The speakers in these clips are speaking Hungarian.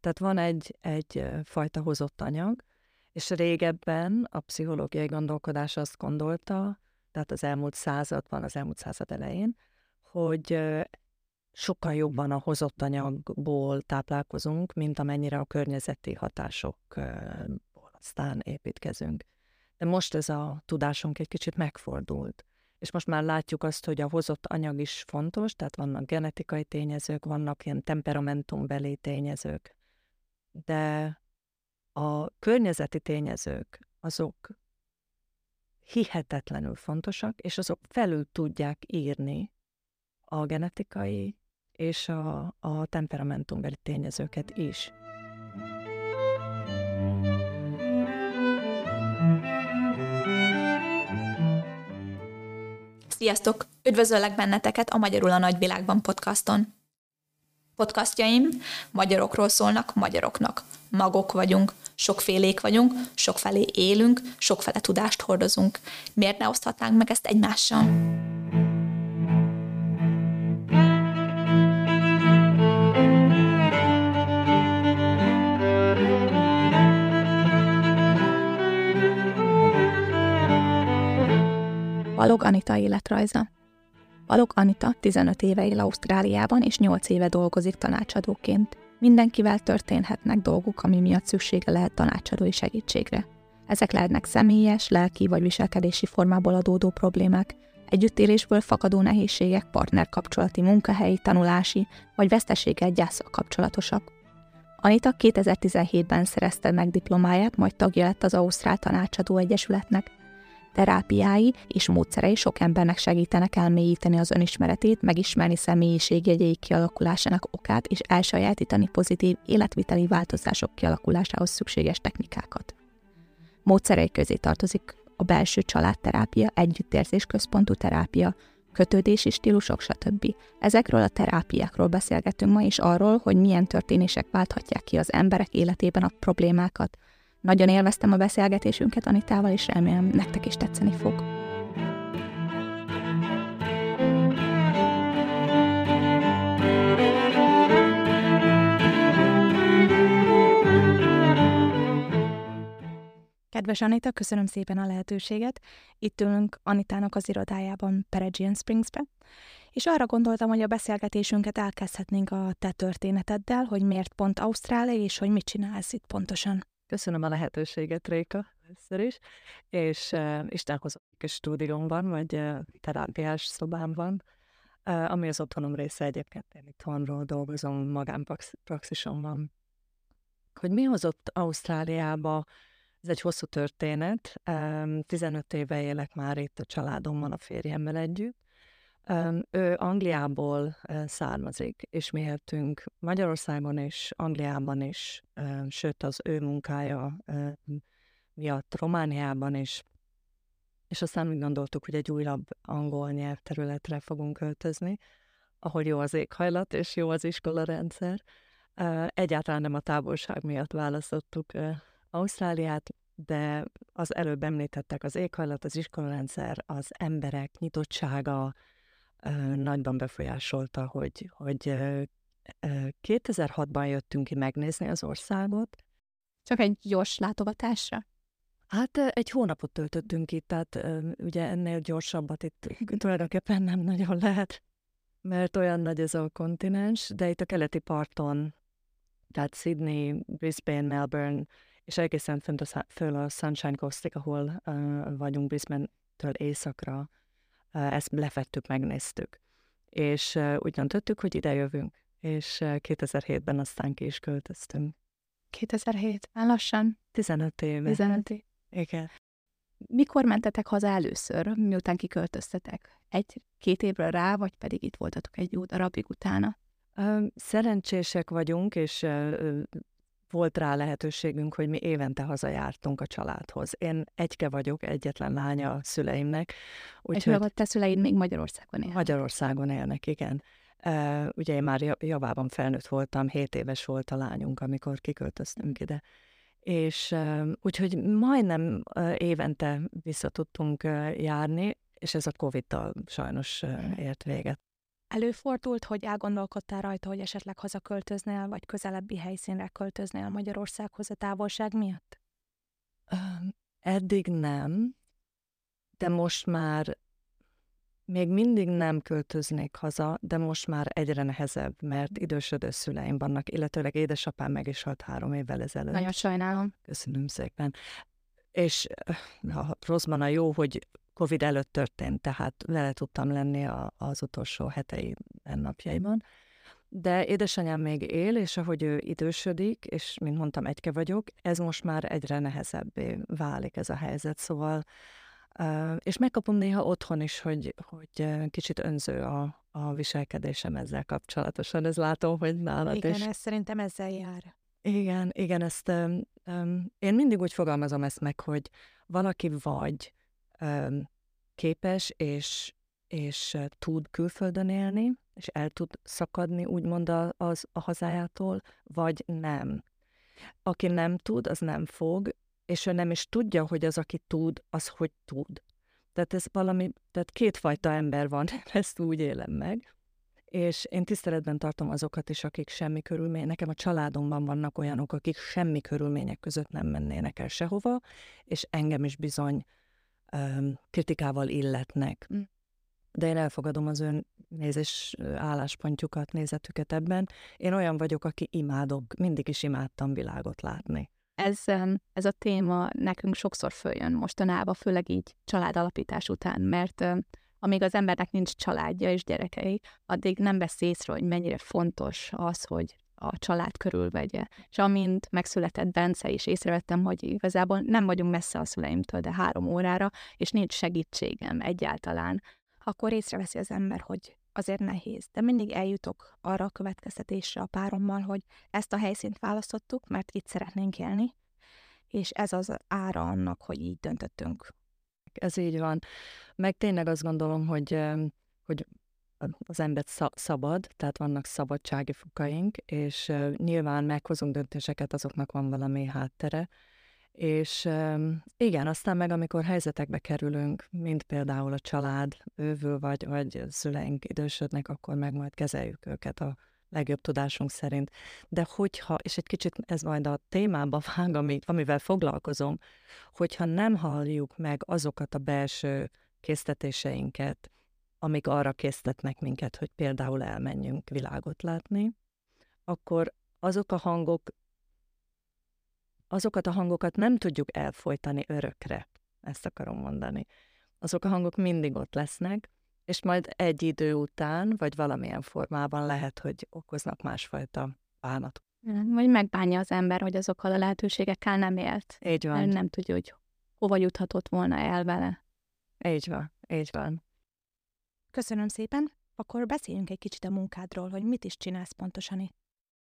Tehát van egy fajta hozott anyag, és régebben a pszichológiai gondolkodás azt gondolta, tehát az elmúlt század elején, hogy sokkal jobban a hozott anyagból táplálkozunk, mint amennyire a környezeti hatásokból aztán építkezünk. De most ez a tudásunk egy kicsit megfordult. És most már látjuk azt, hogy a hozott anyag is fontos, tehát vannak genetikai tényezők, vannak ilyen temperamentumbeli tényezők, de a környezeti tényezők, azok hihetetlenül fontosak, és azok felül tudják írni a genetikai és a temperamentumbeli tényezőket is. Sziasztok! Üdvözöllek benneteket a Magyarul a Nagyvilágban podcaston. Podcastjaim magyarokról szólnak magyaroknak. Magok vagyunk, sokfélék vagyunk, sokfelé élünk, sokfele tudást hordozunk. Miért ne oszthatnánk meg ezt egymással? Balogh Anita életrajza. Balogh Anita 15 éve él Ausztráliában, és 8 éve dolgozik tanácsadóként. Mindenkivel történhetnek dolgok, ami miatt szüksége lehet tanácsadói segítségre. Ezek lehetnek személyes, lelki vagy viselkedési formából adódó problémák, együttélésből fakadó nehézségek, partnerkapcsolati, munkahelyi, tanulási vagy veszteséggel, gyászsal kapcsolatosak. Anita 2017-ben szerezte meg diplomáját, majd tagja lett az Ausztrál Tanácsadó Egyesületnek. Terápiái és módszerei sok embernek segítenek elmélyíteni az önismeretét, megismerni személyiségjegyei kialakulásának okát és elsajátítani pozitív életviteli változások kialakulásához szükséges technikákat. Módszerei közé tartozik a belső családterápia, együttérzés központú terápia, kötődési stílusok, stb. Ezekről a terápiákról beszélgetünk ma, és arról, hogy milyen történések válthatják ki az emberek életében a problémákat. Nagyon élveztem a beszélgetésünket Anitával, és remélem nektek is tetszeni fog. Kedves Anita, köszönöm szépen a lehetőséget. Itt ülünk Anitának az irodájában Peregian Springsbe, és arra gondoltam, hogy a beszélgetésünket elkezdhetnénk a te történeteddel, hogy miért pont Ausztrália, és hogy mit csinálsz itt pontosan. Köszönöm a lehetőséget, Réka, először is, és Isten hozott egy stúdiómban, vagy terápiás szobámban, ami az otthonom része egyébként, én itthonról dolgozom, magánpraxisomban. Hogy mi hozott Ausztráliába, ez egy hosszú történet, 15 éve élek már itt a családommal, a férjemmel együtt. Ő Angliából származik, és mi éltünk Magyarországon és Angliában is, sőt az ő munkája miatt Romániában is, és aztán úgy gondoltuk, hogy egy újabb angol nyelvterületre fogunk költözni, ahol jó az éghajlat és jó az iskolarendszer. Egyáltalán nem a távolság miatt választottuk Ausztráliát, de az előbb említettek az éghajlat, az iskolarendszer, az emberek nyitottsága, nagyban befolyásolta, hogy 2006-ban jöttünk ki megnézni az országot. Csak egy gyors látogatásra? Hát egy hónapot töltöttünk itt, tehát ugye ennél gyorsabbat itt tulajdonképpen nem nagyon lehet, mert olyan nagy ez a kontinens, de itt a keleti parton, tehát Sydney, Brisbane, Melbourne, és egészen föl a Sunshine Coastig, ahol vagyunk Brisbane-től északra, ezt lefettük, megnéztük. És úgy döntöttük, hogy ide jövünk. És 2007-ben aztán ki is költöztünk. 2007, már lassan? 15 éve. 15 év. Igen. Mikor mentetek haza először, miután kiköltöztetek? 1-2 évre rá, vagy pedig itt voltatok egy jó darabig utána? Szerencsések vagyunk, és volt rá lehetőségünk, hogy mi évente hazajártunk a családhoz. Én egyke vagyok, egyetlen lánya a szüleimnek. És a te szüleid még Magyarországon élnek? Magyarországon élnek, igen. Ugye én már javában felnőtt voltam, 7 éves volt a lányunk, amikor kiköltöztünk ide. És úgyhogy majdnem évente vissza tudtunk járni, és ez a Covid-dal sajnos ért véget. Előfordult, hogy elgondolkodtál rajta, hogy esetleg hazaköltöznél, vagy közelebbi helyszínre költöznél Magyarországhoz a távolság miatt? Eddig nem, de most már még mindig nem költöznék haza, de most már egyre nehezebb, mert idősödő szüleim vannak, illetőleg édesapám meg is halt 3 évvel ezelőtt. Nagyon sajnálom. Köszönöm szépen. És rosszban a jó, hogy Covid előtt történt, tehát vele tudtam lenni az utolsó heteiben, napjaiban. De édesanyám még él, és ahogy ő idősödik, és mint mondtam, egyke vagyok, ez most már egyre nehezebbé válik ez a helyzet, szóval és megkapom néha otthon is, hogy kicsit önző a viselkedésem ezzel kapcsolatosan. Ez látom, hogy nálad Igen, is. ez szerintem ezzel jár. Igen, ezt én mindig úgy fogalmazom ezt meg, hogy valaki vagy képes és tud külföldön élni, és el tud szakadni úgymond a hazájától, vagy nem. Aki nem tud, az nem fog, és ő nem is tudja, hogy az, aki tud, az hogy tud. Tehát ez tehát kétfajta ember van, ezt úgy élem meg, és én tiszteletben tartom azokat is, akik semmi körülmény. Nekem a családomban vannak olyanok, akik semmi körülmények között nem mennének el sehova, és engem is bizony kritikával illetnek. De én elfogadom az ön álláspontjukat, nézetüket ebben. Én olyan vagyok, aki imádok, mindig is imádtam világot látni. Ez a téma nekünk sokszor följön mostanában, főleg így családalapítás után, mert amíg az embernek nincs családja és gyerekei, addig nem vesz észre, hogy mennyire fontos az, hogy a család körülvegye. És amint megszületett Bence is, észrevettem, hogy igazából nem vagyunk messze a szüleimtől, de 3 órára, és nincs segítségem egyáltalán, akkor észreveszi az ember, hogy azért nehéz. De mindig eljutok arra a következtetésre a párommal, hogy ezt a helyszínt választottuk, mert itt szeretnénk élni, és ez az ára annak, hogy így döntöttünk. Ez így van. Meg tényleg azt gondolom, hogy az ember szabad, tehát vannak szabadsági fokaink, és nyilván meghozunk döntéseket, azoknak van valami háttere. És igen, aztán meg amikor helyzetekbe kerülünk, mint például a család bővül, vagy szüleink idősödnek, akkor meg majd kezeljük őket a legjobb tudásunk szerint. De hogyha, és egy kicsit ez majd a témába vág, amivel foglalkozom, hogyha nem halljuk meg azokat a belső késztetéseinket, amik arra késztetnek minket, hogy például elmenjünk világot látni, akkor azokat a hangokat nem tudjuk elfojtani örökre, ezt akarom mondani. Azok a hangok mindig ott lesznek, és majd egy idő után, vagy valamilyen formában lehet, hogy okoznak másfajta bánatot. Vagy megbánja az ember, hogy azokkal a lehetőségekkel nem élt. Így van. Nem tudja, hogy hova juthatott volna el vele. Így van. Köszönöm szépen. Akkor beszéljünk egy kicsit a munkádról, hogy mit is csinálsz pontosan itt.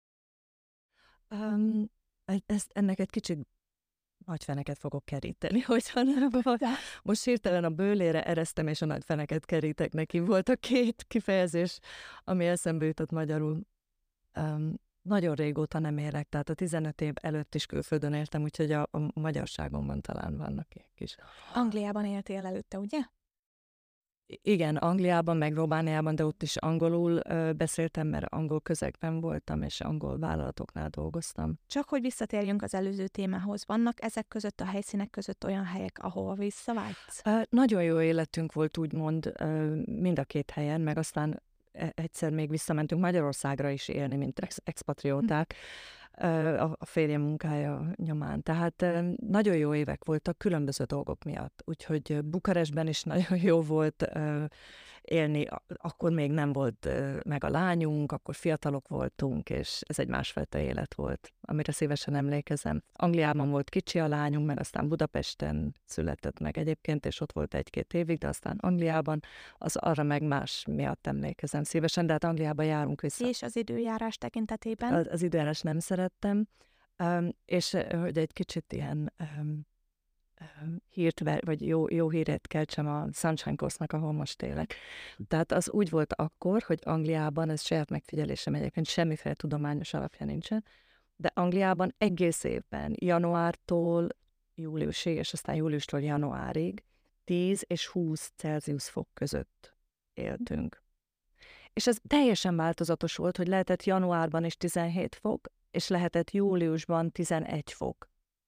Ennek egy kicsit nagy feneket fogok keríteni, hogyha nem vagy. Most hirtelen a bőlére eresztem, és a nagy feneket kerítek neki. Volt a 2 kifejezés, ami eszembe jutott magyarul. Nagyon régóta nem élek, tehát a 15 év előtt is külföldön éltem, úgyhogy a magyarságomban talán vannak ilyen kis... Angliában éltél előtte, ugye? Igen, Angliában, meg Romániában, de ott is angolul beszéltem, mert angol közegben voltam, és angol vállalatoknál dolgoztam. Csak hogy visszatérjünk az előző témához, vannak ezek között a helyszínek között olyan helyek, ahova visszavágysz? Nagyon jó életünk volt, úgymond, mind a 2 helyen, meg aztán egyszer még visszamentünk Magyarországra is élni, mint expatrióták a férjem munkája nyomán. Tehát nagyon jó évek voltak különböző dolgok miatt. Úgyhogy Bukarestben is nagyon jó volt élni, akkor még nem volt meg a lányunk, akkor fiatalok voltunk, és ez egy másfajta élet volt, amire szívesen emlékezem. Angliában volt kicsi a lányunk, meg aztán Budapesten született meg egyébként, és ott volt 1-2 évig, de aztán Angliában, arra meg más miatt emlékezem szívesen, de hát Angliába járunk vissza. És az időjárás tekintetében? Az időjárás nem szerettem, és hogy egy kicsit ilyen hírt, vagy jó híret keltsem a Sunshine Coast-nak, ahol most élek. Tehát az úgy volt akkor, hogy Angliában, ez saját megfigyelésem egyébként, semmiféle tudományos alapja nincsen, de Angliában egész évben, januártól júliusig, és aztán júliustól januárig 10 és 20 Celsius fok között éltünk. És ez teljesen változatos volt, hogy lehetett januárban is 17 fok, és lehetett júliusban 11 fok.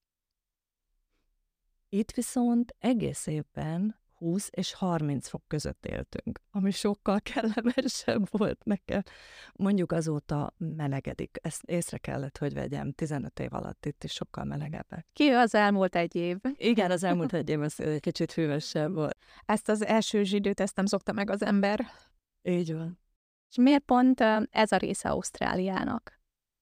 Itt viszont egész évben 20 és 30 fok között éltünk, ami sokkal kellemesebb volt nekem. Mondjuk azóta melegedik. Ezt észre kellett, hogy vegyem. 15 év alatt itt is sokkal melegebbek. Ki az elmúlt egy év? Igen, az elmúlt egy év az egy kicsit hűvösebb volt. Ezt az első zsidőt, ezt nem szokta meg az ember. Így van. És miért pont ez a része Ausztráliának?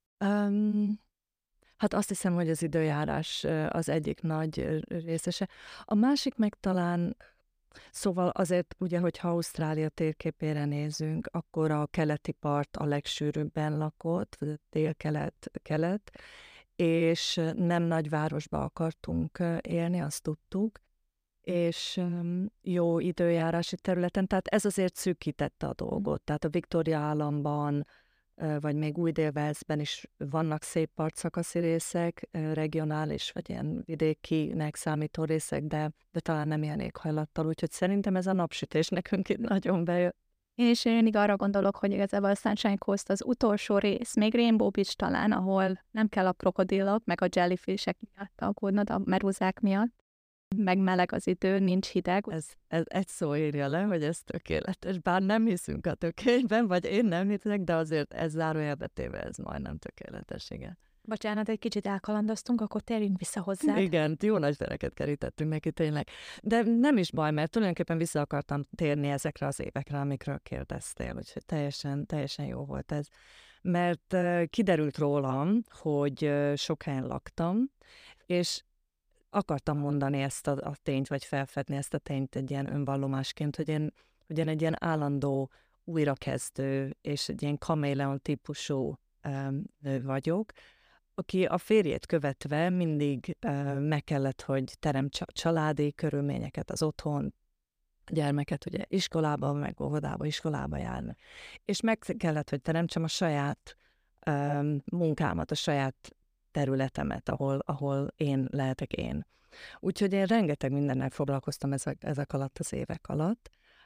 Hát azt hiszem, hogy az időjárás az egyik nagy részese. A másik meg talán, szóval azért ugye, hogyha Ausztrália térképére nézünk, akkor a keleti part a legsűrűbben lakott, dél-kelet, és nem nagyvárosba akartunk élni, azt tudtuk, és jó időjárási területen, tehát ez azért szűkítette a dolgot. Tehát a Victoria államban, vagy még Új-Dél-Walesben is vannak szép partszakaszi részek, regionális, vagy ilyen vidékinek számító részek, de talán nem ilyen éghajlattal, úgyhogy szerintem ez a napsütés nekünk itt nagyon bejött. Én is mindig arra gondolok, hogy igazából a Sunshine Coast az utolsó rész, még Rainbow Beach talán, ahol nem kell a krokodillok, meg a jellyfishek miatt aggódnod, a meruzák miatt, meg meleg az idő, nincs hideg. Ez egy szó írja le, hogy ez tökéletes, bár nem hiszünk a tökéletben, vagy én nem hiszek, de azért ez zárójelbe téve, ez majdnem tökéletes, igen. Bocsánat, egy kicsit elkalandoztunk, akkor térjünk vissza hozzá. Igen, jó nagy tereket kerítettünk neki tényleg. De nem is baj, mert tulajdonképpen vissza akartam térni ezekre az évekre, amikről kérdeztél, úgyhogy teljesen jó volt ez. Mert kiderült rólam, hogy sok helyen laktam, és akartam mondani ezt a tényt, vagy felfedni ezt a tényt egy ilyen önvallomásként, hogy én egy ilyen állandó újrakezdő, és egy ilyen kaméleon típusú nő vagyok, aki a férjét követve mindig meg kellett, hogy teremtse a családi körülményeket, az otthon, a gyermeket ugye iskolába, meg óvodába, iskolába járni. És meg kellett, hogy teremtsem a saját munkámat, a saját területemet, ahol én lehetek én. Úgyhogy én rengeteg mindennel foglalkoztam ezek alatt az évek alatt.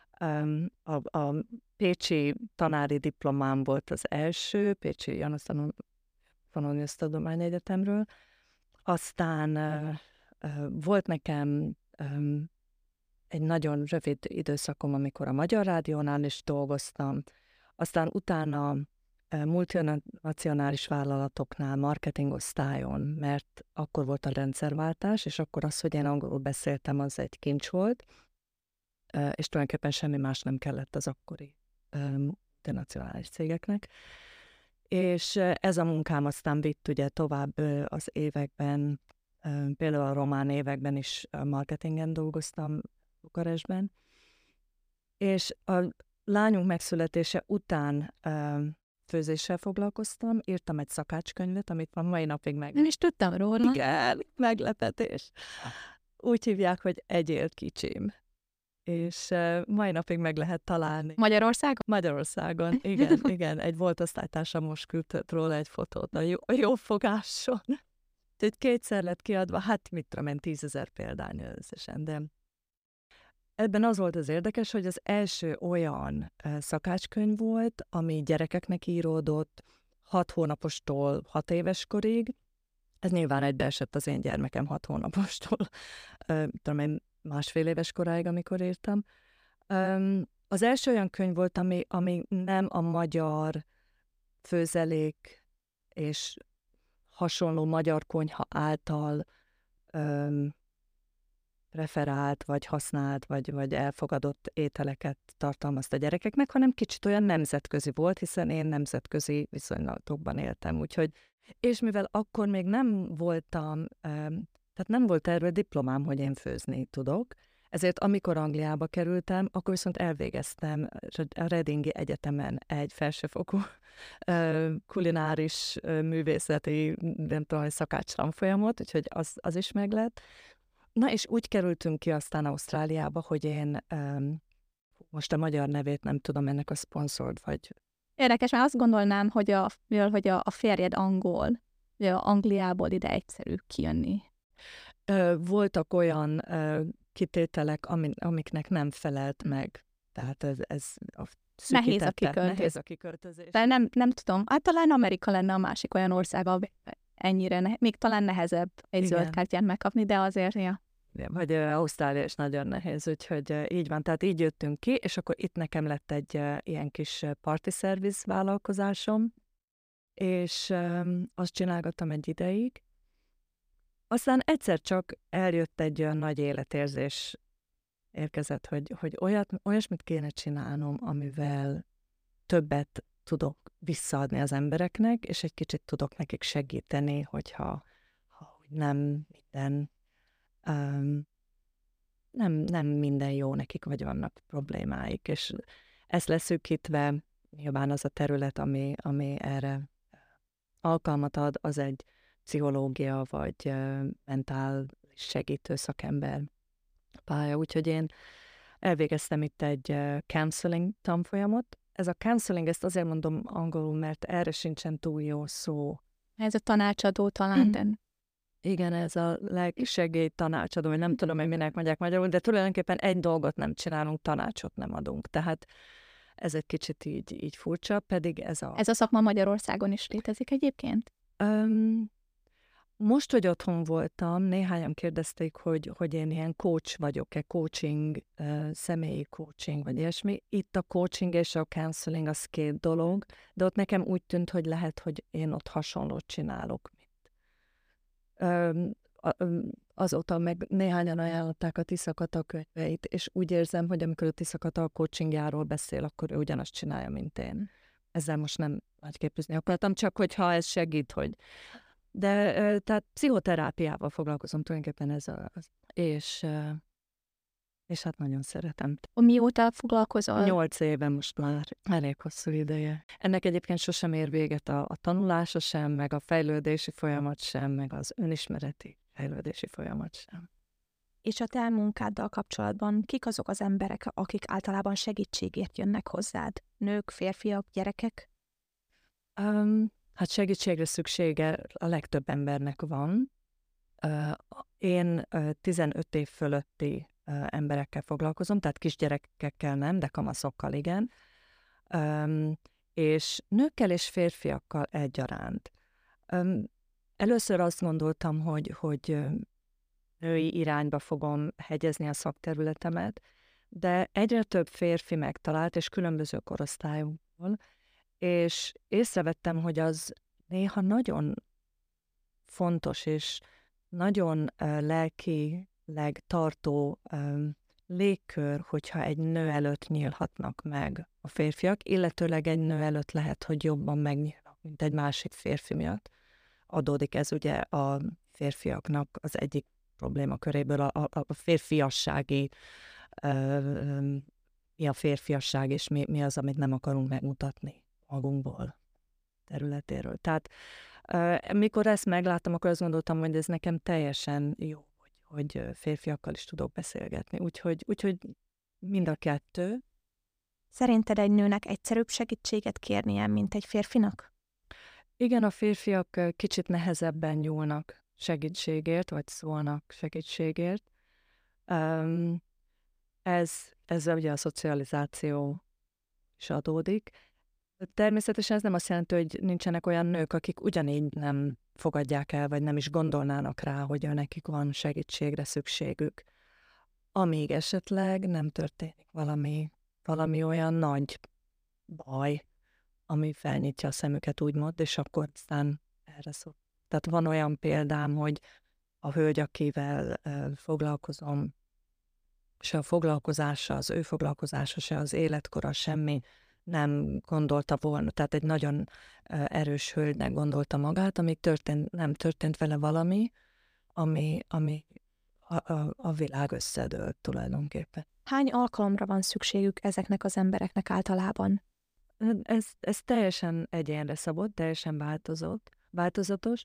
A pécsi tanári diplomám volt az első, Pécsi János Pannonius Tudományegyetemről. Aztán volt nekem egy nagyon rövid időszakom, amikor a Magyar Rádiónál is dolgoztam, aztán utána multinacionális vállalatoknál, marketingosztályon, mert akkor volt a rendszerváltás, és akkor az, hogy én angolul beszéltem, az egy kincs volt, és tulajdonképpen semmi más nem kellett az akkori multinacionális cégeknek. És ez a munkám aztán vitt ugye tovább az években, például a román években is marketingen dolgoztam Bukarestben, és a lányunk megszületése után főzéssel foglalkoztam, írtam egy szakácskönyvet, amit a mai napig Nem is tudtam róla. Igen, meglepetés. Úgy hívják, hogy Egyél kicsim. És mai napig meg lehet találni. Magyarországon? Magyarországon, igen. Egy volt osztálytársam most küldött róla egy fotót a jó fogáson. Úgyhogy 2-szer lett kiadva, hát mit tudom én, 10 000 példány összesen, de ebben az volt az érdekes, hogy az első olyan szakácskönyv volt, ami gyerekeknek íródott 6 hónapostól 6 éves korig. Ez nyilván egybeesett az én gyermekem 6 hónapostól, tudom én, 1,5 éves koráig, amikor írtam. Az első olyan könyv volt, ami nem a magyar főzelék és hasonló magyar konyha által referált, vagy használt, vagy elfogadott ételeket tartalmazta a gyerekeknek, hanem kicsit olyan nemzetközi volt, hiszen én nemzetközi viszonylatokban éltem. Úgyhogy, és mivel akkor még nem voltam, tehát nem volt erről diplomám, hogy én főzni tudok, ezért amikor Angliába kerültem, akkor viszont elvégeztem a Readingi Egyetemen egy felsőfokú kulináris művészeti, nem tudom, szakácstanfolyamot, úgyhogy az is meglett. Na, és úgy kerültünk ki aztán Ausztráliába, hogy én most a magyar nevét nem tudom, ennek a sponsored vagy. Érdekes, mert azt gondolnám, hogy a férjed angol, hogy Angliából ide egyszerű kijönni. Voltak olyan kitételek, amiknek nem felelt meg. Tehát ez szűkítette. Nehéz a kiköltözés. De nem tudom, hát talán Amerika lenne a másik olyan ország, ahol ennyire, még talán nehezebb egy zöld kártyát megkapni, de azért, ja. Vagy Ausztrália is nagyon nehéz, úgyhogy így van. Tehát így jöttünk ki, és akkor itt nekem lett egy ilyen kis party service vállalkozásom, és azt csinálgattam egy ideig. Aztán egyszer csak eljött egy olyan nagy életérzés, érkezett, hogy olyasmit kéne csinálnom, amivel többet tudok visszaadni az embereknek, és egy kicsit tudok nekik segíteni, hogyha nem minden nem minden jó nekik, vagy vannak problémáik, és ezt leszűkítve nyilván az a terület, ami erre alkalmat ad, az egy pszichológia, vagy mentális segítő szakember pálya. Úgyhogy én elvégeztem itt egy counseling tanfolyamot. Ez a counseling, ezt azért mondom angolul, mert erre sincsen túl jó szó. Ez a tanácsadó talán, de... Igen, ez a legsegély tanácsadó, vagy nem tudom, hogy minek mondják magyarul, de tulajdonképpen egy dolgot nem csinálunk, tanácsot nem adunk. Tehát ez egy kicsit így furcsa, pedig ez a... Ez a szakma Magyarországon is létezik egyébként? Most, hogy otthon voltam, néhányan kérdezték, hogy én ilyen coach vagyok-e, coaching, személyi coaching, vagy ilyesmi. Itt a coaching és a counseling az két dolog, de ott nekem úgy tűnt, hogy lehet, hogy én ott hasonlót csinálok. Azóta meg néhányan ajánlották a Tisza Kata könyveit, és úgy érzem, hogy amikor a Tisza Kata a coachingjáról beszél, akkor ő ugyanazt csinálja, mint én. Ezzel most nem nagyképűzni akartam, csak hogyha ez segít, hogy... De tehát pszichoterápiával foglalkozom tulajdonképpen ez az. És hát nagyon szeretem. Mióta foglalkozol? 8 éve most már, elég hosszú ideje. Ennek egyébként sosem ér véget a tanulása sem, meg a fejlődési folyamat sem, meg az önismereti fejlődési folyamat sem. És a te munkáddal kapcsolatban kik azok az emberek, akik általában segítségért jönnek hozzád? Nők, férfiak, gyerekek? Hát segítségre szüksége a legtöbb embernek van. Én 15 év fölötti emberekkel foglalkozom, tehát kisgyerekekkel nem, de kamaszokkal igen. És nőkkel és férfiakkal egyaránt. Először azt gondoltam, hogy női irányba fogom hegyezni a szakterületemet, de egyre több férfi megtalált, és különböző korosztályokból, és észrevettem, hogy az néha nagyon fontos, és nagyon lelkileg tartó légkör, hogyha egy nő előtt nyílhatnak meg a férfiak, illetőleg egy nő előtt lehet, hogy jobban megnyílnak, mint egy másik férfi miatt. Adódik ez ugye a férfiaknak az egyik probléma köréből, a férfiassági, mi a férfiasság, és mi az, amit nem akarunk megmutatni magunkból, területéről. Tehát mikor ezt megláttam, akkor azt gondoltam, hogy ez nekem teljesen jó, hogy férfiakkal is tudok beszélgetni. Úgyhogy mind a kettő. Szerinted egy nőnek egyszerűbb segítséget kérnie, mint egy férfinak? Igen, a férfiak kicsit nehezebben nyúlnak segítségért, vagy szólnak segítségért. Ez ugye a szocializáció is adódik. Természetesen ez nem azt jelenti, hogy nincsenek olyan nők, akik ugyanígy nem fogadják el, vagy nem is gondolnának rá, hogy nekik van segítségre szükségük. Amíg esetleg nem történik valami olyan nagy baj, ami felnyitja a szemüket, úgymond, és akkor aztán erre szól. Tehát van olyan példám, hogy a hölgy, akivel foglalkozom, se a foglalkozása, az ő foglalkozása, se az életkora, semmi nem gondolta volna, tehát egy nagyon erős hölgynek gondolta magát, amíg nem történt vele valami, ami a világ összedőlt tulajdonképpen. Hány alkalomra van szükségük ezeknek az embereknek általában? Ez teljesen egyénre szabott, teljesen változatos.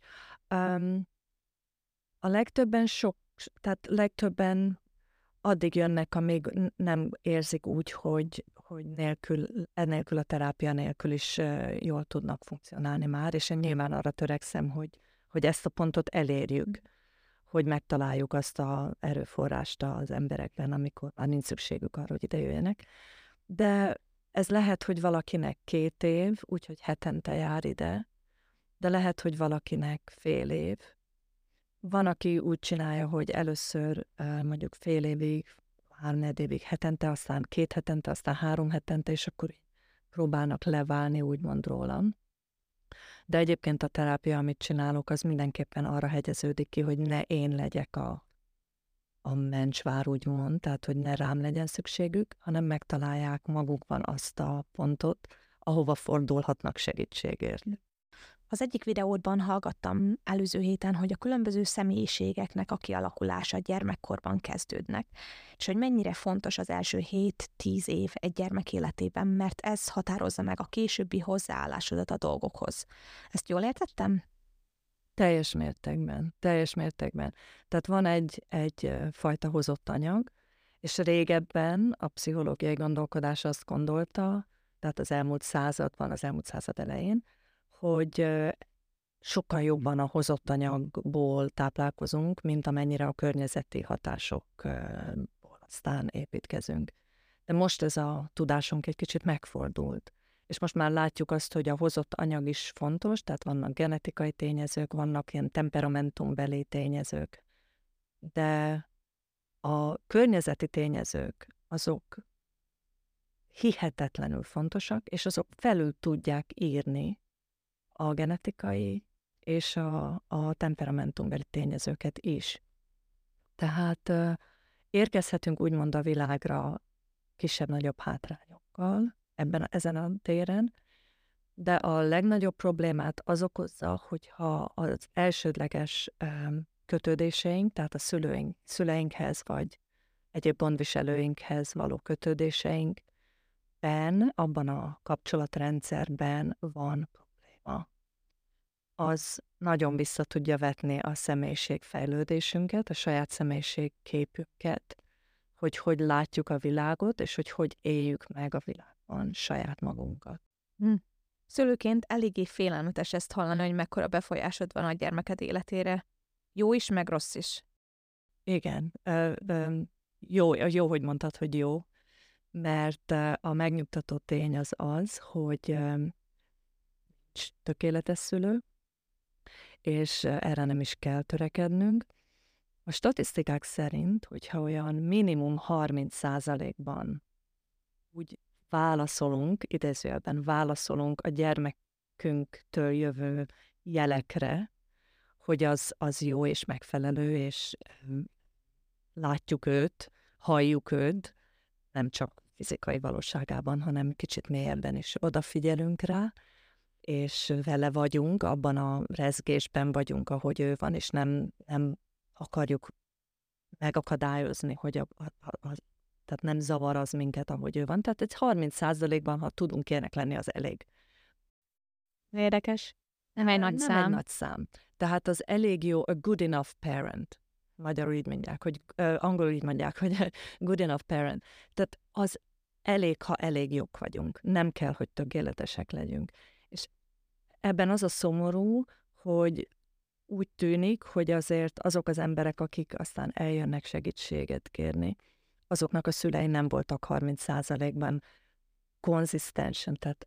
A legtöbben tehát legtöbben addig jönnek, amíg nem érzik úgy, hogy ennélkül a terápia nélkül is jól tudnak funkcionálni már, és én nyilván arra törekszem, hogy ezt a pontot elérjük, hogy megtaláljuk azt az erőforrást az emberekben, amikor már nincs szükségük arra, hogy ide jöjjenek. De Ez lehet, hogy valakinek 2 év, úgyhogy hetente jár ide, de lehet, hogy valakinek fél év. Van, aki úgy csinálja, hogy először mondjuk fél évig, 3 évig hetente, aztán 2 hetente, aztán 3 hetente, és akkor próbálnak leválni, úgymond rólam. De egyébként a terápia, amit csinálok, az mindenképpen arra hegyeződik ki, hogy ne én legyek a mencsvár, úgymond, tehát hogy ne rám legyen szükségük, hanem megtalálják magukban azt a pontot, ahova fordulhatnak segítségért. Az egyik videódban hallgattam előző héten, hogy a különböző személyiségeknek a kialakulása gyermekkorban kezdődnek, és hogy mennyire fontos az első 7-10 év egy gyermek életében, mert ez határozza meg a későbbi hozzáállásodat a dolgokhoz. Ezt jól értettem? Teljes mértékben, teljes mértékben. Tehát van egy fajta hozott anyag, és régebben a pszichológiai gondolkodás azt gondolta, tehát az elmúlt század elején, hogy sokkal jobban a hozott anyagból táplálkozunk, mint amennyire a környezeti hatásokból aztán építkezünk. De most ez a tudásunk egy kicsit megfordult. És most már látjuk azt, hogy a hozott anyag is fontos, tehát vannak genetikai tényezők, vannak ilyen temperamentumbeli tényezők, de a környezeti tényezők, azok hihetetlenül fontosak, és azok felül tudják írni a genetikai és a temperamentumbeli tényezőket is. Tehát érkezhetünk úgymond a világra kisebb-nagyobb hátrányokkal ezen a téren, de a legnagyobb problémát az okozza, hogyha az elsődleges kötődéseink, tehát a szüleinkhez vagy egyéb gondviselőinkhez való kötődéseinkben, abban a kapcsolatrendszerben van probléma. Az nagyon vissza tudja vetni a személyiségfejlődésünket, a saját személyiségképünket, hogy látjuk a világot, és hogy éljük meg a világban saját magunkat. Szülőként eléggé félelmetes ezt hallani, hogy mekkora befolyásod van a gyermeked életére. Jó is, meg rossz is. Igen. Jó, hogy mondtad, hogy jó, mert a megnyugtató tény az, hogy nincs tökéletes szülő, és erre nem is kell törekednünk. A statisztikák szerint, hogyha olyan minimum 30%-ban úgy idézőjelben válaszolunk a gyermekünktől jövő jelekre, hogy az jó és megfelelő, és látjuk őt, halljuk őt, nem csak fizikai valóságában, hanem kicsit mélyebben is odafigyelünk rá, és vele vagyunk, abban a rezgésben vagyunk, ahogy ő van, és nem akarjuk megakadályozni, hogy tehát nem zavar az minket, ahogy ő van. Tehát egy 30%-ban, ha tudunk ilyenek lenni, az elég. Érdekes. Nem egy nagy szám. Nem egy nagy szám. Tehát az elég jó, a good enough parent. Magyarul így mondják, angolul így mondják, hogy good enough parent. Tehát az elég, ha elég jók vagyunk. Nem kell, hogy tökéletesek legyünk. És ebben az a szomorú, hogy úgy tűnik, hogy azért azok az emberek, akik aztán eljönnek segítséget kérni, azoknak a szülei nem voltak 30%-ban konzisztensen, tehát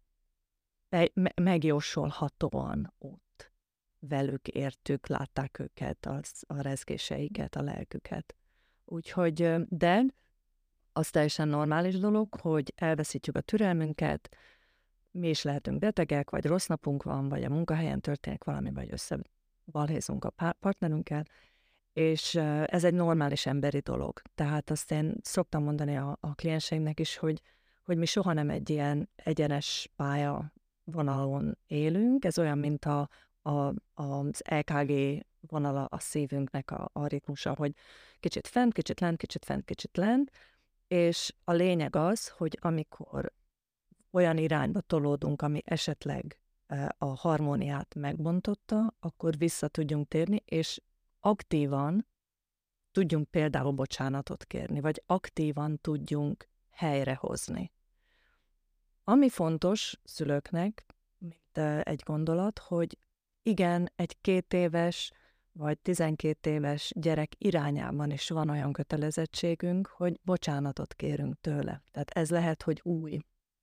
megjósolhatóan ott velük értük, látták őket, a rezgéseiket, a lelküket. Úgyhogy, de az teljesen normális dolog, hogy elveszítjük a türelmünket, mi is lehetünk betegek, vagy rossz napunk van, vagy a munkahelyen történik valami, vagy összebalhézunk a partnerünkkel, és ez egy normális emberi dolog. Tehát azt én szoktam mondani a klienseimnek is, hogy mi soha nem egy ilyen egyenes pálya vonalon élünk. Ez olyan, mint az EKG vonala a szívünknek a ritmusa, hogy kicsit fent, kicsit lent, kicsit fent, kicsit lent, és a lényeg az, hogy amikor olyan irányba tolódunk, ami esetleg a harmóniát megbontotta, akkor vissza tudjunk térni, és aktívan tudjunk például bocsánatot kérni, vagy aktívan tudjunk helyrehozni. Ami fontos szülőknek, mint egy gondolat, hogy igen, egy 2 éves vagy 12 éves gyerek irányában is van olyan kötelezettségünk, hogy bocsánatot kérünk tőle. Tehát ez lehet, hogy új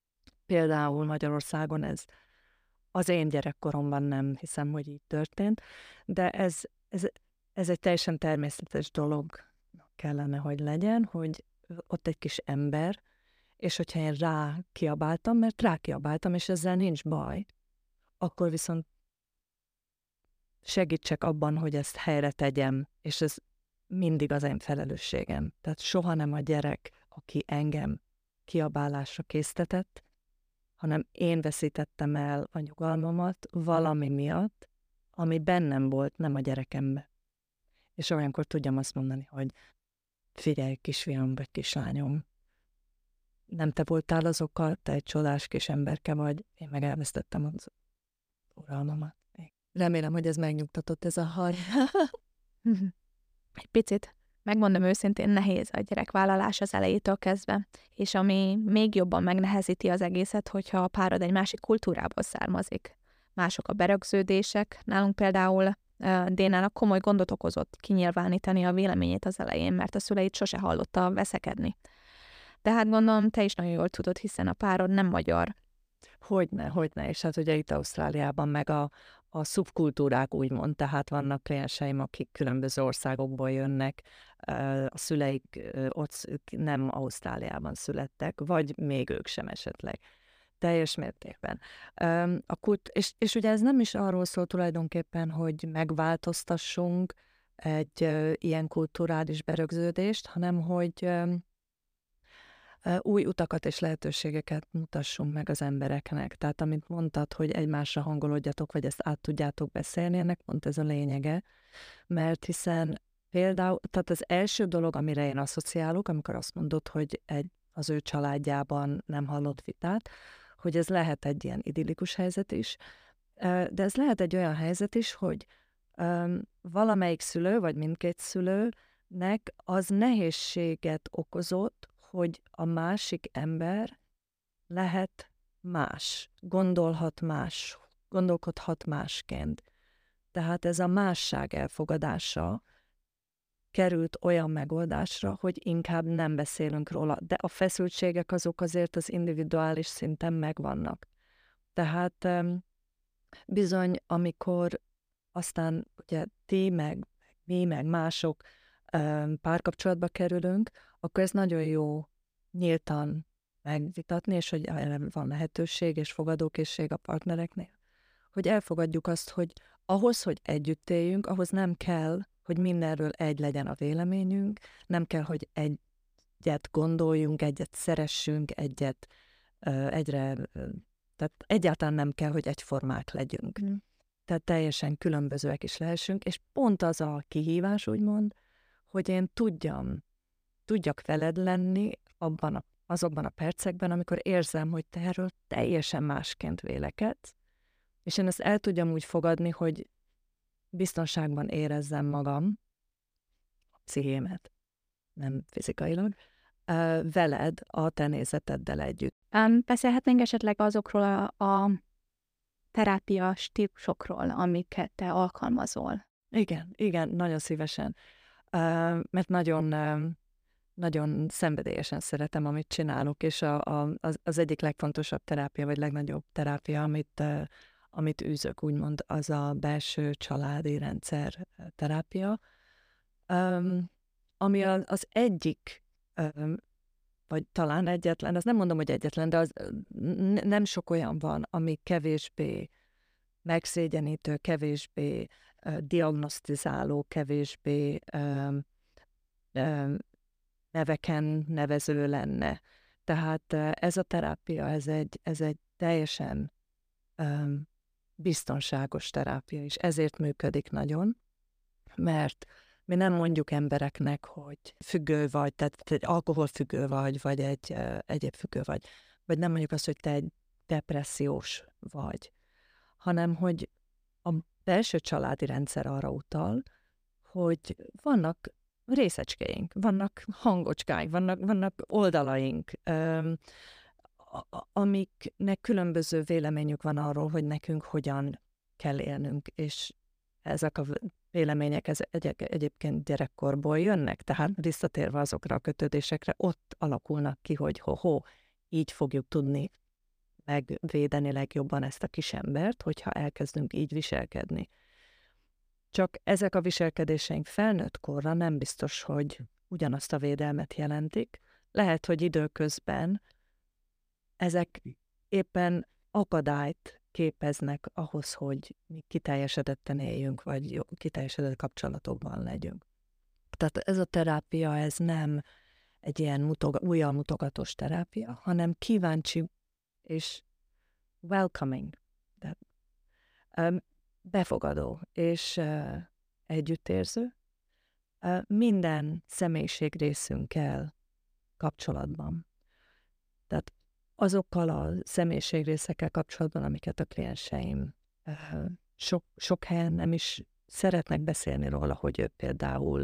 Például Magyarországon ez az én gyerekkoromban nem hiszem, hogy így történt, de ez egy teljesen természetes dolog kellene, hogy legyen, hogy ott egy kis ember, és hogyha én rákiabáltam, mert rákiabáltam, és ezzel nincs baj, akkor viszont segítsek abban, hogy ezt helyre tegyem, és ez mindig az én felelősségem. Tehát soha nem a gyerek, aki engem kiabálásra késztetett, hanem én veszítettem el a nyugalmamat valami miatt, ami bennem volt, nem a gyerekemben. És olyankor tudjam azt mondani, hogy figyelj, kisfiam vagy kislányom, nem te voltál az oka, te egy csodás kis emberke vagy, én meg elvesztettem az uralmamat. Remélem, hogy ez megnyugtatott, ez a haj. Egy picit, megmondom őszintén, nehéz a gyerekvállalás az elejétől kezdve, és ami még jobban megnehezíti az egészet, hogyha a párod egy másik kultúrából származik. Mások a berögződések. Nálunk például Dénának komoly gondot okozott kinyilvánítani a véleményét az elején, mert a szüleit sose hallotta veszekedni. De hát gondolom, te is nagyon jól tudod, hiszen a párod nem magyar. Hogyne, és hát ugye itt Ausztráliában meg a szubkultúrák úgymond, tehát vannak klienseim, akik különböző országokból jönnek, a szüleik ott nem Ausztráliában születtek, vagy még ők sem esetleg. Teljes mértékben. És ugye ez nem is arról szól tulajdonképpen, hogy megváltoztassunk egy ilyen kulturális berögződést, hanem hogy új utakat és lehetőségeket mutassunk meg az embereknek. Tehát amit mondtad, hogy egymásra hangolódjatok, vagy ezt át tudjátok beszélni, ennek pont ez a lényege. Mert hiszen például, tehát az első dolog, amire én asszociálok, amikor azt mondod, hogy az ő családjában nem hallott vitát, hogy ez lehet egy ilyen idillikus helyzet is, de ez lehet egy olyan helyzet is, hogy valamelyik szülő, vagy mindkét szülőnek az nehézséget okozott, hogy a másik ember lehet más, gondolkodhat másként. Tehát ez a másság elfogadása került olyan megoldásra, hogy inkább nem beszélünk róla, de a feszültségek azok azért az individuális szinten megvannak. Tehát bizony, amikor aztán ugye ti, meg mi, meg mások párkapcsolatba kerülünk, akkor ez nagyon jó nyíltan megvitatni, és hogy van lehetőség és fogadókészség a partnereknél, hogy elfogadjuk azt, hogy ahhoz, hogy együtt éljünk, ahhoz nem kell, hogy mindenről egy legyen a véleményünk, nem kell, hogy egyet gondoljunk, egyet szeressünk, tehát egyáltalán nem kell, hogy egyformák legyünk. Tehát teljesen különbözőek is lehessünk, és pont az a kihívás, úgymond, hogy én tudjak veled lenni azokban a percekben, amikor érzem, hogy te erről teljesen másként vélekedsz, és én ezt el tudjam úgy fogadni, hogy biztonságban érezzem magam, a pszichémet, nem fizikailag, veled, a te nézeteddel együtt. Beszélhetnénk esetleg azokról a terápia stílusokról, amiket te alkalmazol? Igen, nagyon szívesen. Mert nagyon szenvedélyesen szeretem, amit csinálok, és az egyik legfontosabb terápia, vagy legnagyobb terápia, amit űzök, úgymond, az a belső családi rendszer terápia, ami az egyik, vagy talán egyetlen, azt nem mondom, hogy egyetlen, de nem sok olyan van, ami kevésbé megszégyenítő, kevésbé diagnosztizáló, kevésbé neveken nevező lenne. Tehát ez a terápia, ez egy teljesen biztonságos terápia, és ezért működik nagyon, mert mi nem mondjuk embereknek, hogy függő vagy, tehát egy alkoholfüggő vagy egy egyéb függő vagy nem mondjuk azt, hogy te egy depressziós vagy, hanem hogy a belső családi rendszer arra utal, hogy vannak részecskéink, vannak hangocskáink, vannak oldalaink, amiknek különböző véleményük van arról, hogy nekünk hogyan kell élnünk, és ezek a vélemények egyébként gyerekkorból jönnek, tehát visszatérve azokra a kötődésekre, ott alakulnak ki, hogy így fogjuk tudni megvédeni legjobban ezt a kisembert, hogyha elkezdünk így viselkedni. Csak ezek a viselkedéseink felnőtt korra nem biztos, hogy ugyanazt a védelmet jelentik. Lehet, hogy időközben ezek éppen akadályt képeznek ahhoz, hogy mi kiteljesedetten éljünk, vagy kiteljesedett kapcsolatokban legyünk. Tehát ez a terápia, ez nem egy ilyen újjal mutogatós terápia, hanem kíváncsi és welcoming, de, befogadó és együttérző minden személyiségrészünkkel kapcsolatban. Tehát azokkal a személyiségrészekkel kapcsolatban, amiket a klienseim sok helyen nem is szeretnek beszélni róla, hogy ő például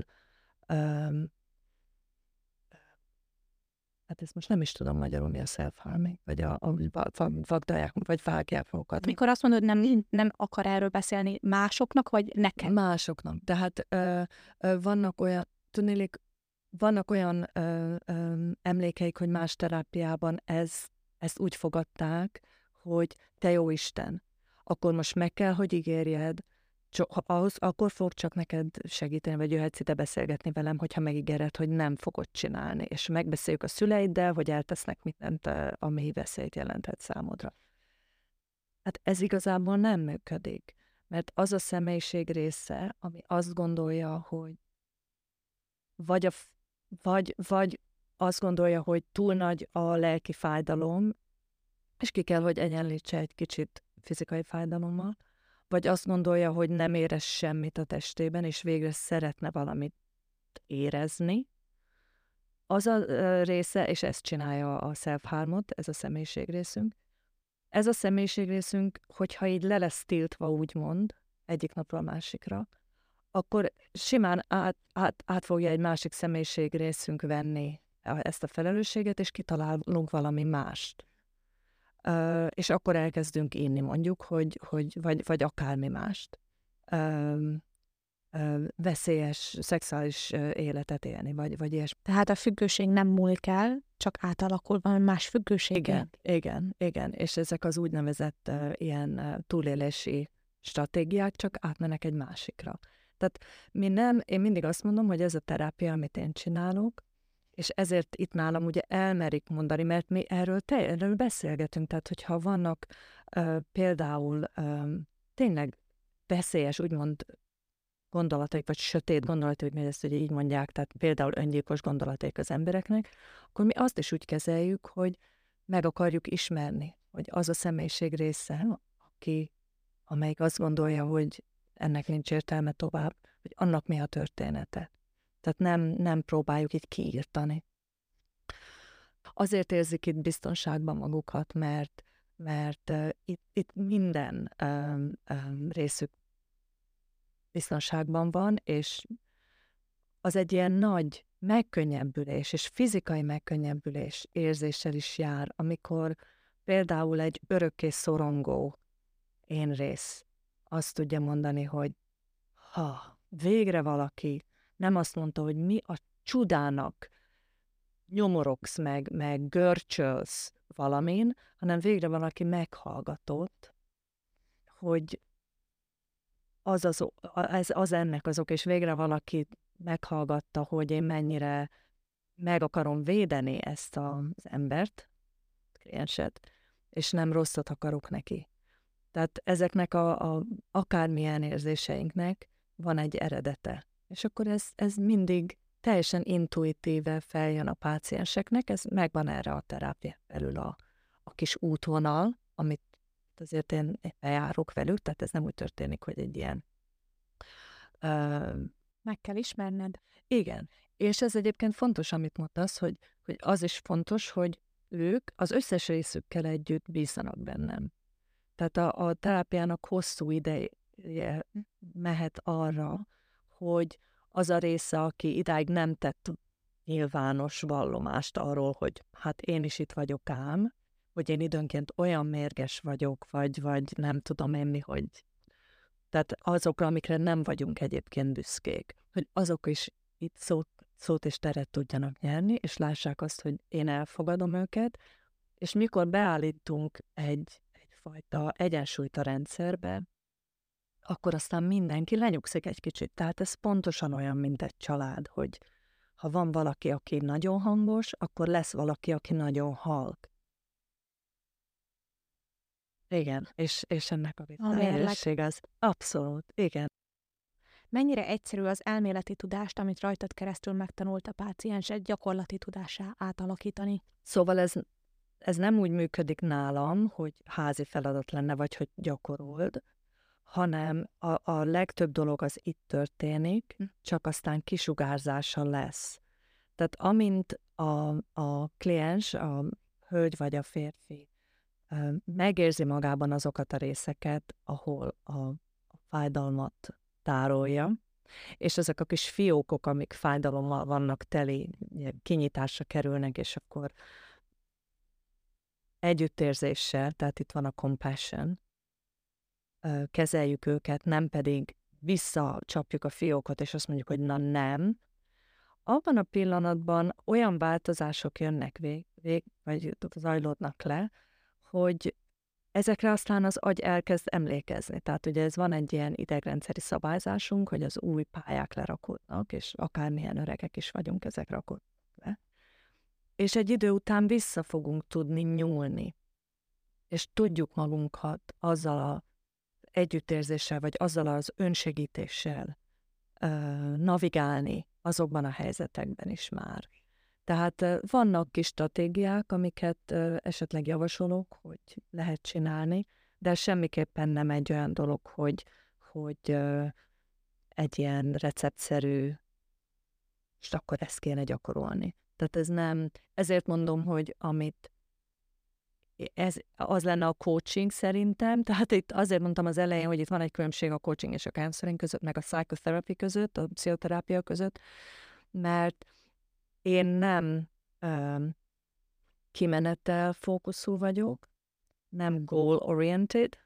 hát ezt most nem is tudom magyarul, mi a self-harming, vagy vagdalják, vagy vágják magukat. Mikor azt mondod, nem akar erről beszélni másoknak, vagy nekem? Másoknak. Tehát vannak olyan, tudnélik, vannak olyan emlékeik, hogy más terápiában ezt úgy fogadták, hogy te jó Isten, akkor most meg kell, hogy ígérjed, akkor fog csak neked segíteni, vagy jöhetsz ide beszélgetni velem, hogyha megígéred, hogy nem fogod csinálni, és megbeszéljük a szüleiddel, hogy eltesznek mindent, ami veszélyt jelenthet számodra. Hát ez igazából nem működik, mert az a személyiség része, ami azt gondolja, hogy vagy azt gondolja, hogy túl nagy a lelki fájdalom, és ki kell, hogy egyenlítse egy kicsit fizikai fájdalommal, vagy azt gondolja, hogy nem érez semmit a testében, és végre szeretne valamit érezni. Az a része, és ezt csinálja a self-harmot, ez a személyiségrészünk. Ez a személyiségrészünk, hogyha így le lesz tiltva, úgymond, egyik napról a másikra, akkor simán át fogja egy másik személyiségrészünk venni ezt a felelősséget, és kitalálunk valami mást. És akkor elkezdünk inni, mondjuk, vagy akármi mást. Veszélyes szexuális életet élni, vagy ilyesmi. Tehát a függőség nem múlik el, csak átalakul valami más függőség. Igen. És ezek az úgynevezett ilyen túlélési stratégiák csak átmennek egy másikra. Tehát én mindig azt mondom, hogy ez a terápia, amit én csinálok, és ezért itt nálam ugye elmerik mondani, mert mi erről beszélgetünk, tehát hogyha vannak például tényleg veszélyes, úgymond gondolataik, vagy sötét gondolataik, mert ezt ugye így mondják, tehát például öngyilkos gondolataik az embereknek, akkor mi azt is úgy kezeljük, hogy meg akarjuk ismerni, hogy az a személyiség része, amelyik azt gondolja, hogy ennek nincs értelme tovább, hogy annak mi a története. Tehát nem próbáljuk így kiírtani. Azért érzik itt biztonságban magukat, mert itt minden részük biztonságban van, és az egy ilyen nagy megkönnyebbülés és fizikai megkönnyebbülés érzéssel is jár, amikor például egy örökké szorongó én rész azt tudja mondani, hogy végre valaki nem azt mondta, hogy mi a csudának nyomorogsz meg görcsölsz valamin, hanem végre valaki meghallgatott, hogy az ennek az ok, és végre valaki meghallgatta, hogy én mennyire meg akarom védeni ezt az embert, klienset, és nem rosszat akarok neki. Tehát ezeknek akármilyen érzéseinknek van egy eredete. És akkor ez mindig teljesen intuitíve feljön a pácienseknek, ez megvan erre a terápia belül a kis útvonal, amit azért én bejárok velük, tehát ez nem úgy történik, hogy egy ilyen... Meg kell ismerned. Igen, és ez egyébként fontos, amit mondasz, hogy az is fontos, hogy ők az összes részükkel együtt bízzanak bennem. Tehát a terápiának hosszú ideje mehet arra, hogy az a része, aki idáig nem tett nyilvános vallomást arról, hogy hát én is itt vagyok ám, hogy én időnként olyan mérges vagyok, vagy nem tudom én mi, hogy... Tehát azokra, amikre nem vagyunk egyébként büszkék, hogy azok is itt szót és teret tudjanak nyerni, és lássák azt, hogy én elfogadom őket, És mikor beállítunk egyfajta egyensúlyt a rendszerbe, akkor aztán mindenki lenyugszik egy kicsit. Tehát ez pontosan olyan, mint egy család, hogy ha van valaki, aki nagyon hangos, akkor lesz valaki, aki nagyon halk. Igen, és ennek a visszaélőség az abszolút, igen. Mennyire egyszerű az elméleti tudást, amit rajtad keresztül megtanult a pácienset, gyakorlati tudássá átalakítani? Szóval ez nem úgy működik nálam, hogy házi feladat lenne, vagy hogy gyakorold, hanem a legtöbb dolog az itt történik, csak aztán kisugárzása lesz. Tehát amint a kliens, a hölgy vagy a férfi megérzi magában azokat a részeket, ahol a fájdalmat tárolja, és ezek a kis fiókok, amik fájdalommal vannak teli, kinyitásra kerülnek, és akkor együttérzéssel, tehát itt van a compassion, kezeljük őket, nem pedig visszacsapjuk a fiókot, és azt mondjuk, hogy na nem. Abban a pillanatban olyan változások jönnek vagy zajlódnak le, hogy ezekre aztán az agy elkezd emlékezni. Tehát ugye ez van egy ilyen idegrendszeri szabályzásunk, hogy az új pályák lerakódnak, és akármilyen öregek is vagyunk, ezek rakódnak le. És egy idő után vissza fogunk tudni nyúlni. És tudjuk magunkat azzal az együttérzéssel, vagy azzal az önsegítéssel navigálni azokban a helyzetekben is már. Tehát vannak kis stratégiák, amiket esetleg javasolok, hogy lehet csinálni, de semmiképpen nem egy olyan dolog, hogy egy ilyen receptszerű, és akkor ezt kéne gyakorolni. Tehát ez nem, ezért mondom, hogy az lenne a coaching szerintem, tehát itt azért mondtam az elején, hogy itt van egy különbség a coaching és a counseling között, meg a psychotherapy között, a pszichoterápia között, mert én nem kimenetel fókuszú vagyok, nem goal-oriented,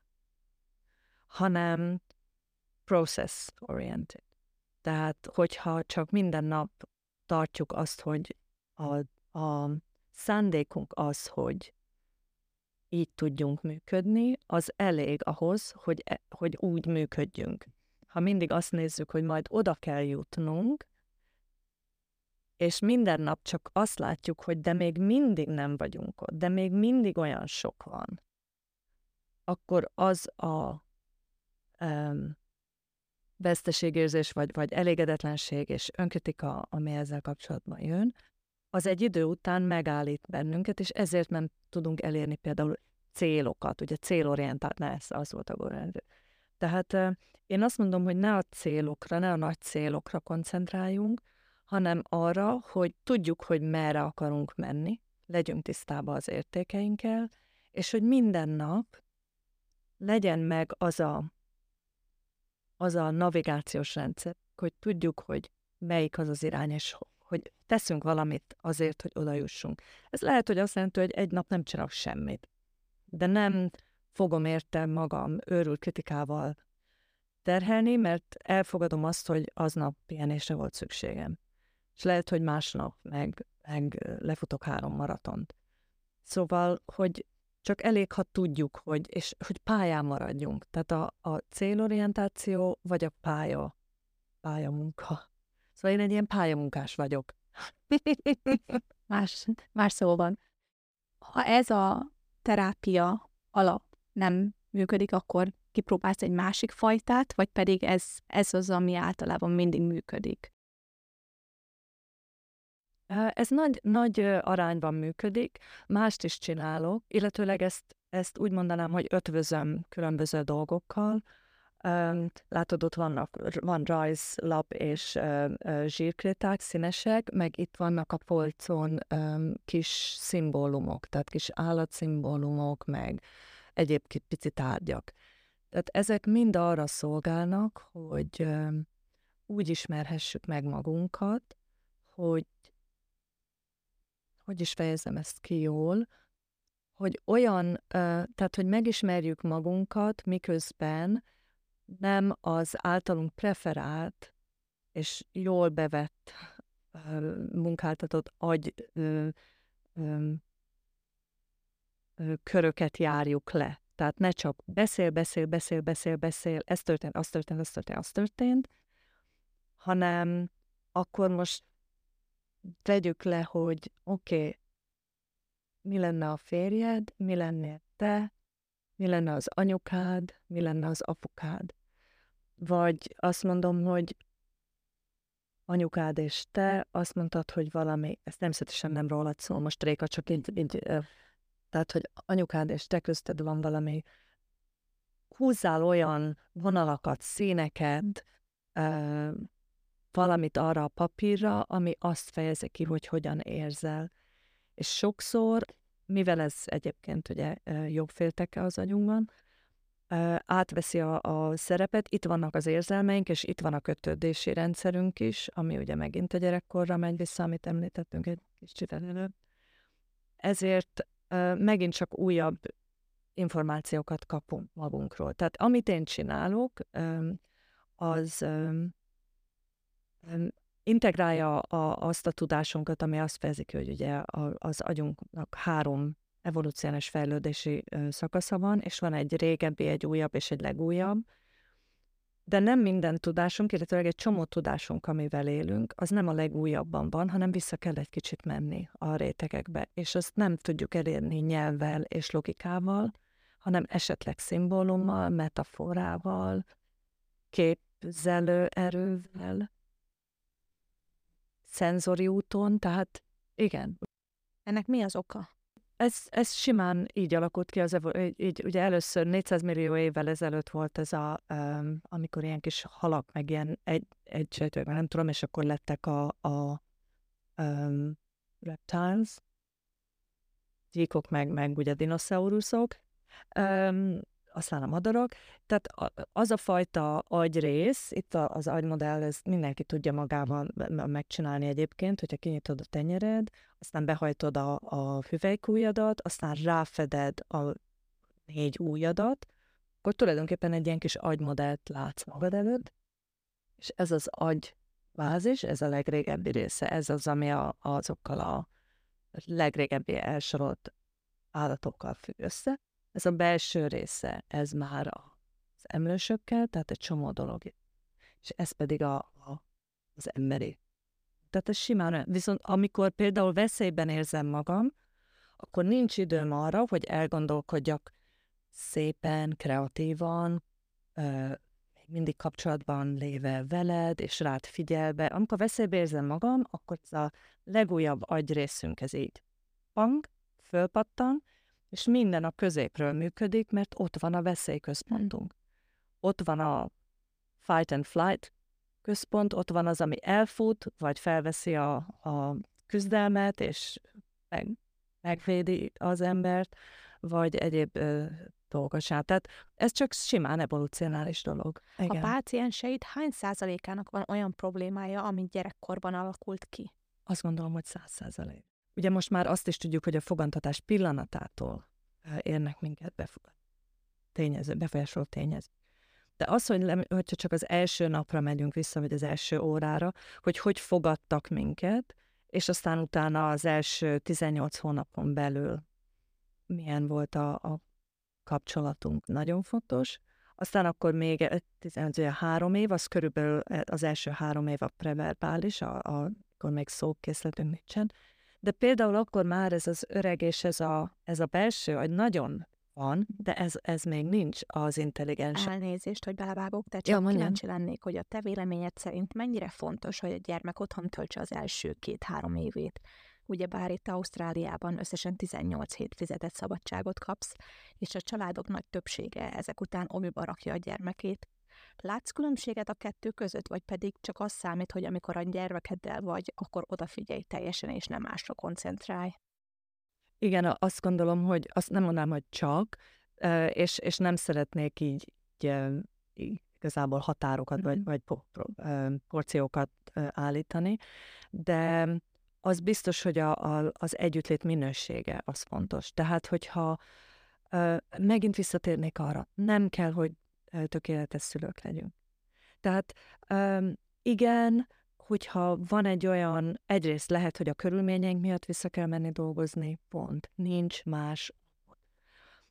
hanem process-oriented. Tehát, hogyha csak minden nap tartjuk azt, hogy a szándékunk az, hogy így tudjunk működni, az elég ahhoz, hogy úgy működjünk. Ha mindig azt nézzük, hogy majd oda kell jutnunk, és minden nap csak azt látjuk, hogy de még mindig nem vagyunk ott, de még mindig olyan sok van, akkor az a veszteségérzés, vagy elégedetlenség és önkritika, ami ezzel kapcsolatban jön, az egy idő után megállít bennünket, és ezért nem tudunk elérni például célokat, ugye célorientált, az volt a goal. Tehát én azt mondom, hogy ne a célokra, ne a nagy célokra koncentráljunk, hanem arra, hogy tudjuk, hogy merre akarunk menni, legyünk tisztában az értékeinkkel, és hogy minden nap legyen meg az a navigációs rendszer, hogy tudjuk, hogy melyik az az irány, és hogy teszünk valamit azért, hogy oda jussunk. Ez lehet, hogy azt jelenti, hogy egy nap nem csinálok semmit, de nem fogom érte magam őrült kritikával terhelni, mert elfogadom azt, hogy aznap pihenésre volt szükségem. És lehet, hogy másnap meg lefutok 3 maratont. Szóval, hogy csak elég, ha tudjuk, hogy pályán maradjunk. Tehát a célorientáció vagy a pályamunka. Szóval én egy ilyen pályamunkás vagyok. Más szóban. Ha ez a terápia alap nem működik, akkor kipróbálsz egy másik fajtát, vagy pedig ez az, ami általában mindig működik? Ez nagy arányban működik, mást is csinálok, illetőleg ezt úgy mondanám, hogy ötvözöm különböző dolgokkal. Látod, ott van rajzlap és zsírkréták, színesek, meg itt vannak a polcon kis szimbólumok, tehát kis állatszimbólumok, meg egyéb pici tárgyak. Tehát ezek mind arra szolgálnak, hogy úgy ismerhessük meg magunkat, hogy is fejezem ezt ki jól, hogy tehát, hogy megismerjük magunkat, miközben nem az általunk preferált és jól bevett munkáltatott köröket járjuk le. Tehát ne csak beszél, ez történt, az történt, hanem akkor most tegyük le, hogy oké, mi lenne a férjed, mi lennél te, mi lenne az anyukád, mi lenne az apukád. Vagy azt mondom, hogy anyukád és te azt mondtad, hogy valami, ez természetesen nem rólad szól, most Réka, csak így tehát, hogy anyukád és te közted van valami, húzzál olyan vonalakat, színeket, valamit arra a papírra, ami azt fejezi ki, hogy hogyan érzel. És sokszor, mivel ez egyébként ugye jobbfélteke az agyunkban, átveszi a szerepet, itt vannak az érzelmeink, és itt van a kötődési rendszerünk is, ami ugye megint a gyerekkorra megy vissza, amit említettünk egy kicsit előbb. Ezért megint csak újabb információkat kapunk magunkról. Tehát amit én csinálok, az integrálja azt a tudásunkat, ami azt fejezik, hogy ugye az agyunknak 3 evolúciós fejlődési szakasza van, és van egy régebbi, egy újabb és egy legújabb. De nem minden tudásunk, illetve egy csomó tudásunk, amivel élünk, az nem a legújabban van, hanem vissza kell egy kicsit menni a rétegekbe. És azt nem tudjuk elérni nyelvvel és logikával, hanem esetleg szimbólummal, metaforával, képzelő erővel, szenzori úton, tehát igen. Ennek mi az oka? Ez simán így alakult ki, így ugye először 400 millió évvel ezelőtt volt ez amikor ilyen kis halak, meg ilyen egy nem tudom, és akkor lettek a reptiles, gyíkok, meg ugye dinoszauruszok, aztán a madarak. Tehát az a fajta agyrész, itt az agymodell, ez mindenki tudja magával megcsinálni egyébként, hogyha kinyitod a tenyered, aztán behajtod a hüvelykujjadat, aztán ráfeded a 4 ujjadat, akkor tulajdonképpen egy ilyen kis agymodellt látsz magad előtt, és ez az agybázis, ez a legrégebbi része, ez az, ami azokkal a legrégebbi elsorolt állatokkal függ össze. Ez a belső része, ez már az emlősökkel, tehát egy csomó dolog. És ez pedig az emberi. Tehát ez simán olyan. Viszont amikor például veszélyben érzem magam, akkor nincs időm arra, hogy elgondolkodjak szépen, kreatívan, még mindig kapcsolatban léve veled, és rád figyelve. Amikor veszélyben érzem magam, akkor ez a legújabb agyrészünk, ez így pang, fölpattan, és minden a középről működik, mert ott van a veszélyközpontunk. Ott van a fight and flight központ, ott van az, ami elfut, vagy felveszi a küzdelmet, és megvédi az embert, vagy egyéb dolgosát. Tehát ez csak simán evolucionális dolog. Igen. A pácienseid hány százalékának van olyan problémája, ami gyerekkorban alakult ki? Azt gondolom, hogy 100%. Ugye most már azt is tudjuk, hogy a fogantatás pillanatától érnek minket befolyásoló tényező. De az, hogyha csak az első napra megyünk vissza, vagy az első órára, hogy fogadtak minket, és aztán utána az első 18 hónapon belül milyen volt a kapcsolatunk, nagyon fontos. Aztán akkor még 3 év, az körülbelül az első 3 év a preverbális, akkor még szókészletünk nincsen. De például akkor már ez az öreg és ez a belső, hogy nagyon van, de ez még nincs az intelligens. Elnézést, hogy belevágok, de csak kíváncsi lennék, hogy a te véleményed szerint mennyire fontos, hogy a gyermek otthon töltse az első 2-3 évét. Ugyebár itt Ausztráliában összesen 18 hét fizetett szabadságot kapsz, és a családok nagy többsége ezek után oviba rakja a gyermekét. Látsz különbséget a kettő között, vagy pedig csak az számít, hogy amikor a gyermekeddel vagy, akkor odafigyelj teljesen, és nem másra koncentrálj? Igen, azt gondolom, hogy azt nem mondanám, hogy csak, és nem szeretnék így igazából határokat, vagy porciókat állítani, de az biztos, hogy az együttlét minősége az fontos. Tehát, hogyha megint visszatérnék arra, nem kell, hogy tökéletes szülők legyünk. Tehát igen, hogyha van egy olyan, egyrészt lehet, hogy a körülményeink miatt vissza kell menni dolgozni, pont, nincs más.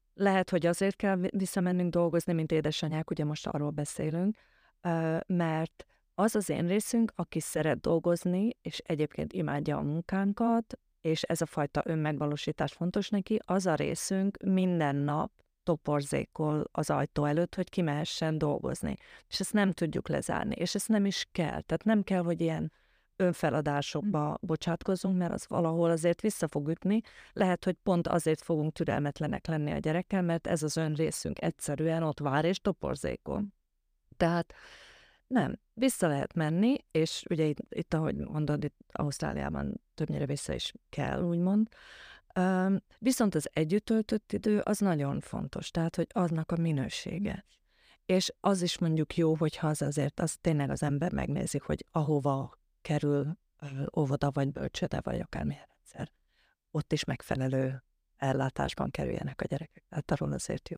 lehet, hogy azért kell visszamennünk dolgozni, mint édesanyák, ugye most arról beszélünk, mert az az én részünk, aki szeret dolgozni, és egyébként imádja a munkánkat, és ez a fajta önmegvalósítás fontos neki, az a részünk minden nap toporzékol az ajtó előtt, hogy kimehessen dolgozni. És ezt nem tudjuk lezárni, és ezt nem is kell. Tehát nem kell, hogy ilyen önfeladásokba bocsátkozunk, mert az valahol azért vissza fog ütni. Lehet, hogy pont azért fogunk türelmetlenek lenni a gyerekkel, mert ez az önrészünk egyszerűen ott vár és toporzékol. Tehát nem, vissza lehet menni, és ugye itt ahogy mondod, itt Ausztráliában többnyire vissza is kell, úgymond. Viszont az együtt töltött idő az nagyon fontos, tehát, hogy aznak a minősége. És az is mondjuk jó, hogyha az azért, az tényleg az ember megnézi, hogy ahova kerül óvoda, vagy bölcsőde, vagy akármilyen rendszer, ott is megfelelő ellátásban kerüljenek a gyerekek. Tehát arról azért jó.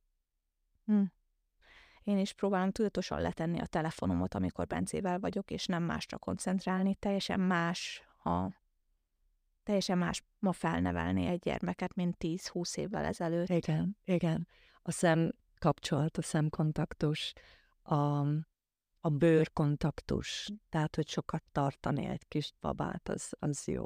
Én is próbálom tudatosan letenni a telefonomat, amikor Bencével vagyok, és nem másra koncentrálni. Teljesen más ma felnevelni egy gyermeket, mint 10-20 évvel ezelőtt. Igen. A szemkapcsolat, a szemkontaktus, a bőrkontaktus, tehát, hogy sokat tartani egy kis babát, az jó.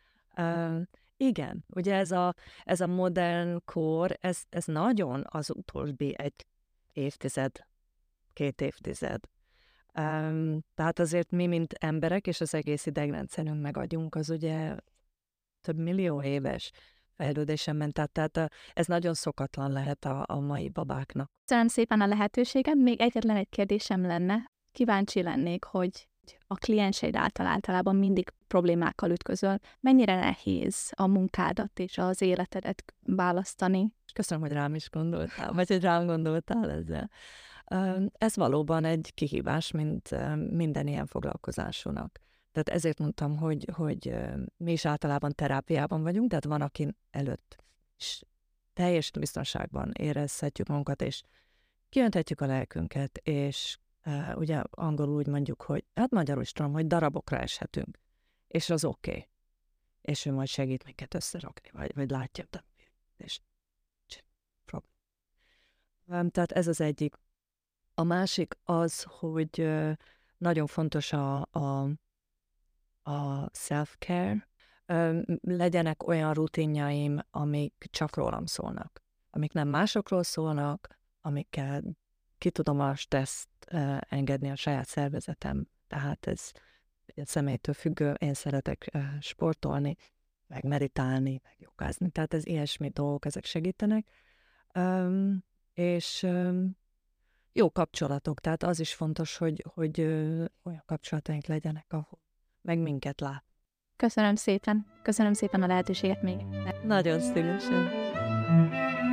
Igen, ugye ez a modern kor, ez nagyon az utóbbi 1 évtized, 2 évtized. Tehát azért mi, mint emberek, és az egész idegrendszerünk meg agyunk, az ugye több millió éves fejlődésen ment át, tehát ez nagyon szokatlan lehet a mai babáknak. Köszönöm szépen a lehetőséget. Még egyetlen egy kérdésem lenne. Kíváncsi lennék, hogy a klienseid általában mindig problémákkal ütközöl. Mennyire nehéz a munkádat és az életedet választani? Köszönöm, hogy rám is gondoltál, vagy hogy rám gondoltál ezzel. Ez valóban egy kihívás, mint minden ilyen foglalkozásúnak. Tehát ezért mondtam, hogy mi is általában terápiában vagyunk, tehát van, aki előtt is teljes biztonságban érezhetjük magunkat, és kiönthetjük a lelkünket, és ugye angolul úgy mondjuk, hogy hát magyarul is tudom, hogy darabokra eshetünk, és az oké. És ő majd segít minket összerakni, vagy látja, és tehát ez az egyik. A másik az, hogy nagyon fontos a self-care, legyenek olyan rutinjaim, amik csak rólam szólnak, amik nem másokról szólnak, amikkel ki tudom a stresszt engedni a saját szervezetem. Tehát ez személytől függő, én szeretek sportolni, meg meditálni, meg jogázni, tehát ez ilyesmi dolgok, ezek segítenek. És jó kapcsolatok, tehát az is fontos, hogy olyan kapcsolataink legyenek, ahol meg minket lát. Köszönöm szépen a lehetőséget még. Nagyon szívesen.